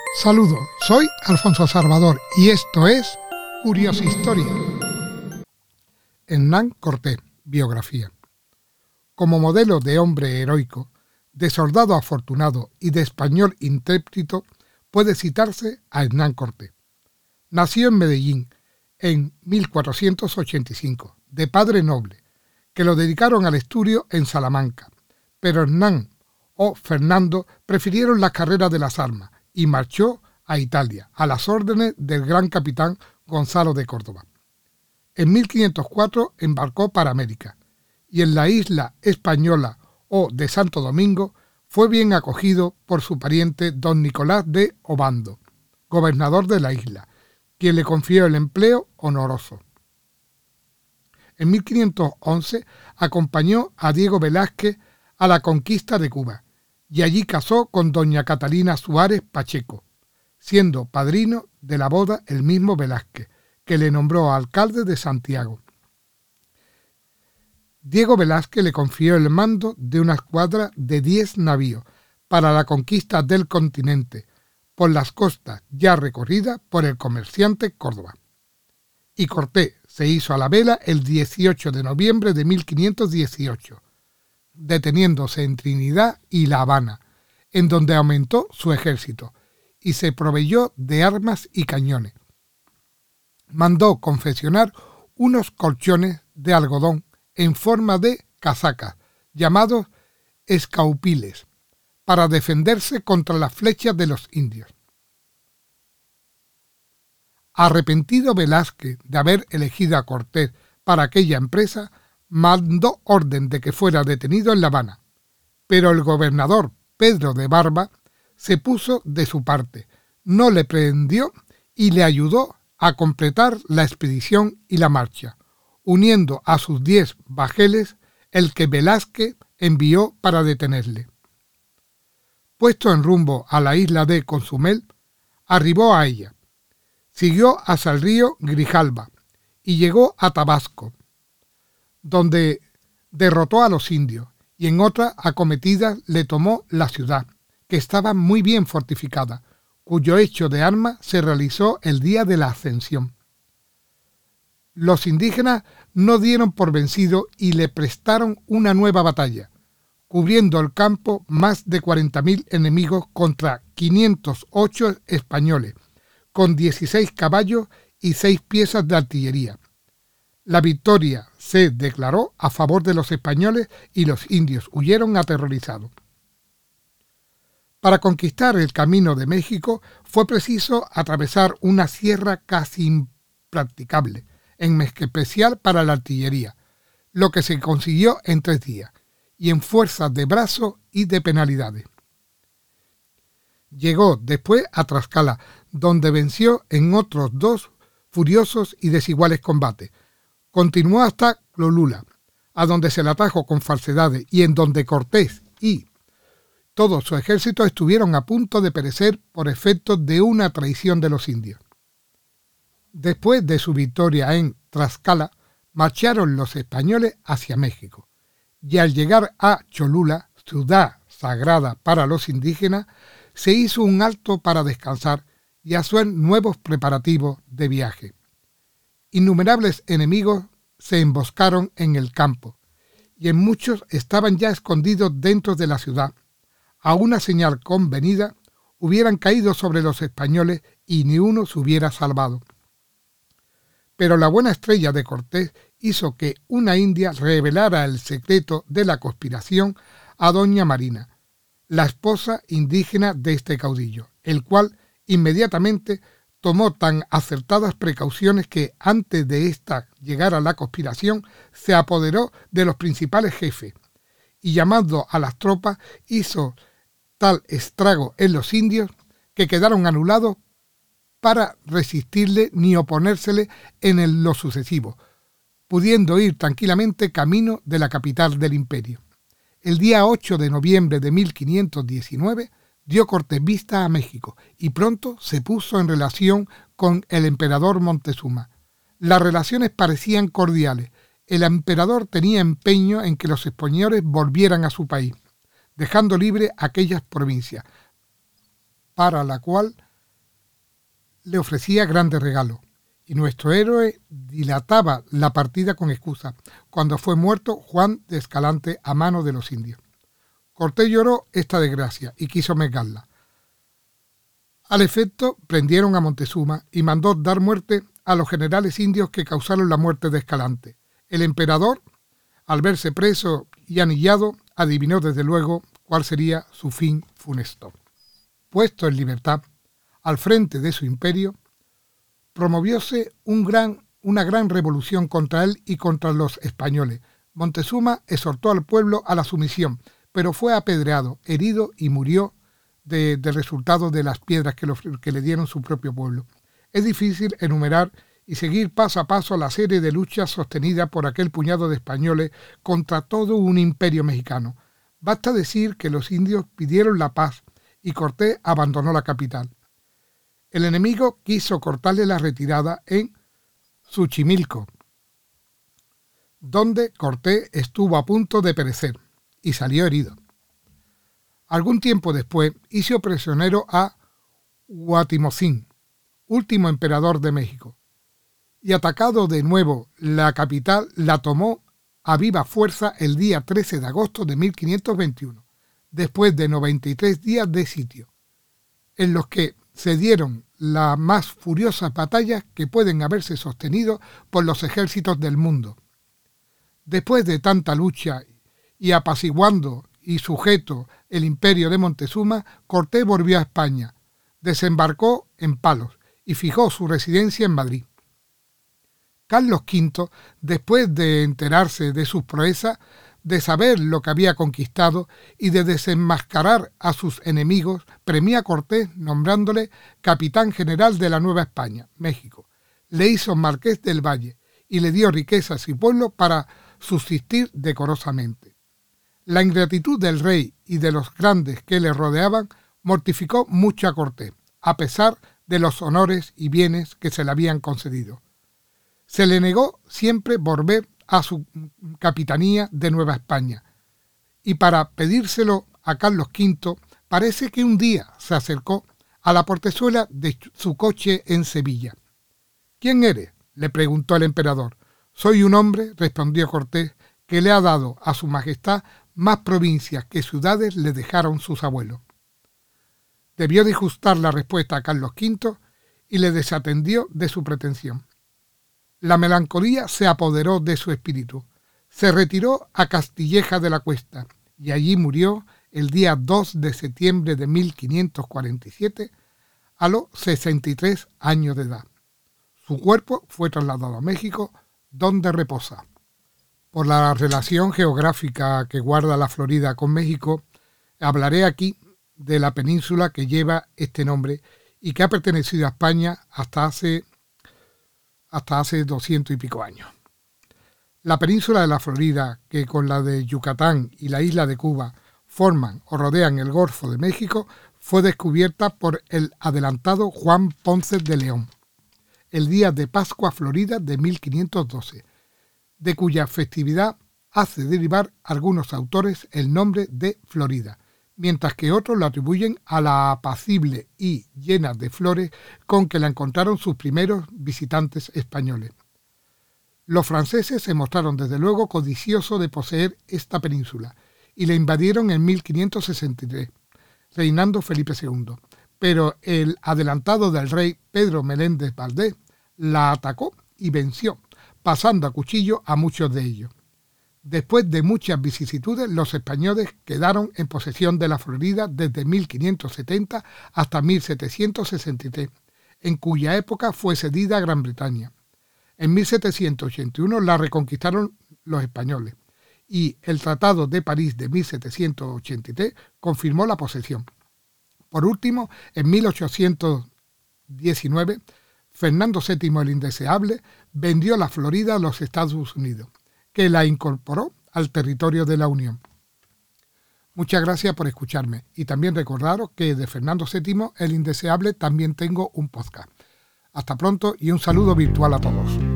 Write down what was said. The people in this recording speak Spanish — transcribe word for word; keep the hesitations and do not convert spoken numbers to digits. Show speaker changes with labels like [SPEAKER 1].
[SPEAKER 1] Saludos, soy Alfonso Salvador y esto es Curiosistoria. Hernán Cortés, biografía. Como modelo de hombre heroico, de soldado afortunado y de español intrépido, puede citarse a Hernán Cortés. Nació en Medellín en mil cuatrocientos ochenta y cinco, de padre noble, que lo dedicaron al estudio en Salamanca, pero Hernán o Fernando prefirieron la carrera de las armas y marchó a Italia, a las órdenes del gran capitán Gonzalo de Córdoba. En mil quinientos cuatro embarcó para América, y en la isla española o de Santo Domingo fue bien acogido por su pariente don Nicolás de Obando, gobernador de la isla, quien le confió el empleo honoroso. En mil quinientos once acompañó a Diego Velázquez a la conquista de Cuba, y allí casó con doña Catalina Suárez Pacheco, siendo padrino de la boda el mismo Velázquez, que le nombró alcalde de Santiago. Diego Velázquez le confió el mando de una escuadra de diez navíos para la conquista del continente, por las costas ya recorridas por el comerciante Córdoba. Y Cortés se hizo a la vela el dieciocho de noviembre de mil quinientos dieciocho, deteniéndose en Trinidad y La Habana, en donde aumentó su ejército y se proveyó de armas y cañones. Mandó confeccionar unos colchones de algodón en forma de casacas, llamados escaupiles, para defenderse contra las flechas de los indios. Arrepentido Velázquez de haber elegido a Cortés para aquella empresa, mandó orden de que fuera detenido en La Habana, pero el gobernador Pedro de Barba se puso de su parte, no le prendió y le ayudó a completar la expedición y la marcha, uniendo a sus diez bajeles el que Velázquez envió para detenerle. Puesto en rumbo a la isla de Cozumel, arribó a ella, siguió hacia el río Grijalba y llegó a Tabasco, donde derrotó a los indios y en otra acometida le tomó la ciudad, que estaba muy bien fortificada, cuyo hecho de armas se realizó el día de la Ascensión. Los indígenas no dieron por vencido y le prestaron una nueva batalla, cubriendo el campo más de cuarenta mil enemigos contra quinientos ocho españoles, con dieciséis caballos y seis piezas de artillería. La victoria se declaró a favor de los españoles y los indios huyeron aterrorizados. Para conquistar el camino de México fue preciso atravesar una sierra casi impracticable, en especial para la artillería, lo que se consiguió en tres días, y en fuerzas de brazo y de penalidades. Llegó después a Tlaxcala, donde venció en otros dos furiosos y desiguales combates. Continuó hasta Cholula, a donde se le atajó con falsedades y en donde Cortés y todo su ejército estuvieron a punto de perecer por efectos de una traición de los indios. Después de su victoria en Tlaxcala, marcharon los españoles hacia México, y al llegar a Cholula, ciudad sagrada para los indígenas, se hizo un alto para descansar y hacer nuevos preparativos de viaje. Innumerables enemigos se emboscaron en el campo, y en muchos estaban ya escondidos dentro de la ciudad. A una señal convenida, hubieran caído sobre los españoles y ni uno se hubiera salvado. Pero la buena estrella de Cortés hizo que una india revelara el secreto de la conspiración a doña Marina, la esposa indígena de este caudillo, el cual inmediatamente tomó tan acertadas precauciones que antes de esta llegar a la conspiración se apoderó de los principales jefes y llamando a las tropas hizo tal estrago en los indios que quedaron anulados para resistirle ni oponérsele en el, lo sucesivo, pudiendo ir tranquilamente camino de la capital del imperio. El día ocho de noviembre de mil quinientos diecinueve dio Cortés vista a México y pronto se puso en relación con el emperador Montezuma. Las relaciones parecían cordiales. El emperador tenía empeño en que los españoles volvieran a su país, dejando libre aquellas provincias, para la cual le ofrecía grandes regalos, y nuestro héroe dilataba la partida con excusa, cuando fue muerto Juan de Escalante a mano de los indios. Cortés lloró esta desgracia y quiso vengarla. Al efecto, prendieron a Montezuma y mandó dar muerte a los generales indios que causaron la muerte de Escalante. El emperador, al verse preso y anillado, adivinó desde luego cuál sería su fin funesto. Puesto en libertad, al frente de su imperio, promovióse un gran, una gran revolución contra él y contra los españoles. Montezuma exhortó al pueblo a la sumisión, pero fue apedreado, herido y murió de, de resultado de las piedras que, lo, que le dieron su propio pueblo. Es difícil enumerar y seguir paso a paso la serie de luchas sostenidas por aquel puñado de españoles contra todo un imperio mexicano. Basta decir que los indios pidieron la paz y Cortés abandonó la capital. El enemigo quiso cortarle la retirada en Xochimilco, donde Cortés estuvo a punto de perecer y salió herido. Algún tiempo después hizo prisionero a Guatimozín, último emperador de México, y atacado de nuevo la capital, la tomó a viva fuerza el día trece de agosto de mil quinientos veintiuno, después de noventa y tres días de sitio, en los que se dieron las más furiosas batallas que pueden haberse sostenido por los ejércitos del mundo. Después de tanta lucha y apaciguando y sujeto el imperio de Montezuma, Cortés volvió a España, desembarcó en Palos y fijó su residencia en Madrid. Carlos quinto, después de enterarse de sus proezas, de saber lo que había conquistado y de desenmascarar a sus enemigos, premió a Cortés nombrándole capitán general de la Nueva España, México. Le hizo marqués del Valle y le dio riquezas y pueblos para subsistir decorosamente. La ingratitud del rey y de los grandes que le rodeaban mortificó mucho a Cortés, a pesar de los honores y bienes que se le habían concedido. Se le negó siempre volver a su capitanía de Nueva España, y para pedírselo a Carlos quinto, parece que un día se acercó a la portezuela de su coche en Sevilla. ¿Quién eres?, le preguntó el emperador. Soy un hombre, respondió Cortés, que le ha dado a su majestad más provincias que ciudades le dejaron sus abuelos. Debió disgustar la respuesta a Carlos quinto y le desatendió de su pretensión. La melancolía se apoderó de su espíritu. Se retiró a Castilleja de la Cuesta y allí murió el día dos de septiembre de mil quinientos cuarenta y siete a los sesenta y tres años de edad. Su cuerpo fue trasladado a México, donde reposa. Por la relación geográfica que guarda la Florida con México, hablaré aquí de la península que lleva este nombre y que ha pertenecido a España hasta hace hasta hace doscientos y pico años. La península de la Florida, que con la de Yucatán y la isla de Cuba forman o rodean el Golfo de México, fue descubierta por el adelantado Juan Ponce de León, el día de Pascua Florida de mil quinientos doce, de cuya festividad hace derivar algunos autores el nombre de Florida, mientras que otros lo atribuyen a la apacible y llena de flores con que la encontraron sus primeros visitantes españoles. Los franceses se mostraron desde luego codiciosos de poseer esta península y la invadieron en mil quinientos sesenta y tres, reinando Felipe segundo, pero el adelantado del rey Pedro Meléndez Valdés la atacó y venció, pasando a cuchillo a muchos de ellos. Después de muchas vicisitudes, los españoles quedaron en posesión de la Florida desde mil quinientos setenta hasta mil setecientos sesenta y tres, en cuya época fue cedida a Gran Bretaña. En mil setecientos ochenta y uno la reconquistaron los españoles y el Tratado de París de mil setecientos ochenta y tres confirmó la posesión. Por último, en mil ochocientos diecinueve, Fernando séptimo el Indeseable vendió la Florida a los Estados Unidos, que la incorporó al territorio de la Unión. Muchas gracias por escucharme y también recordaros que de Fernando séptimo el Indeseable también tengo un podcast. Hasta pronto y un saludo virtual a todos.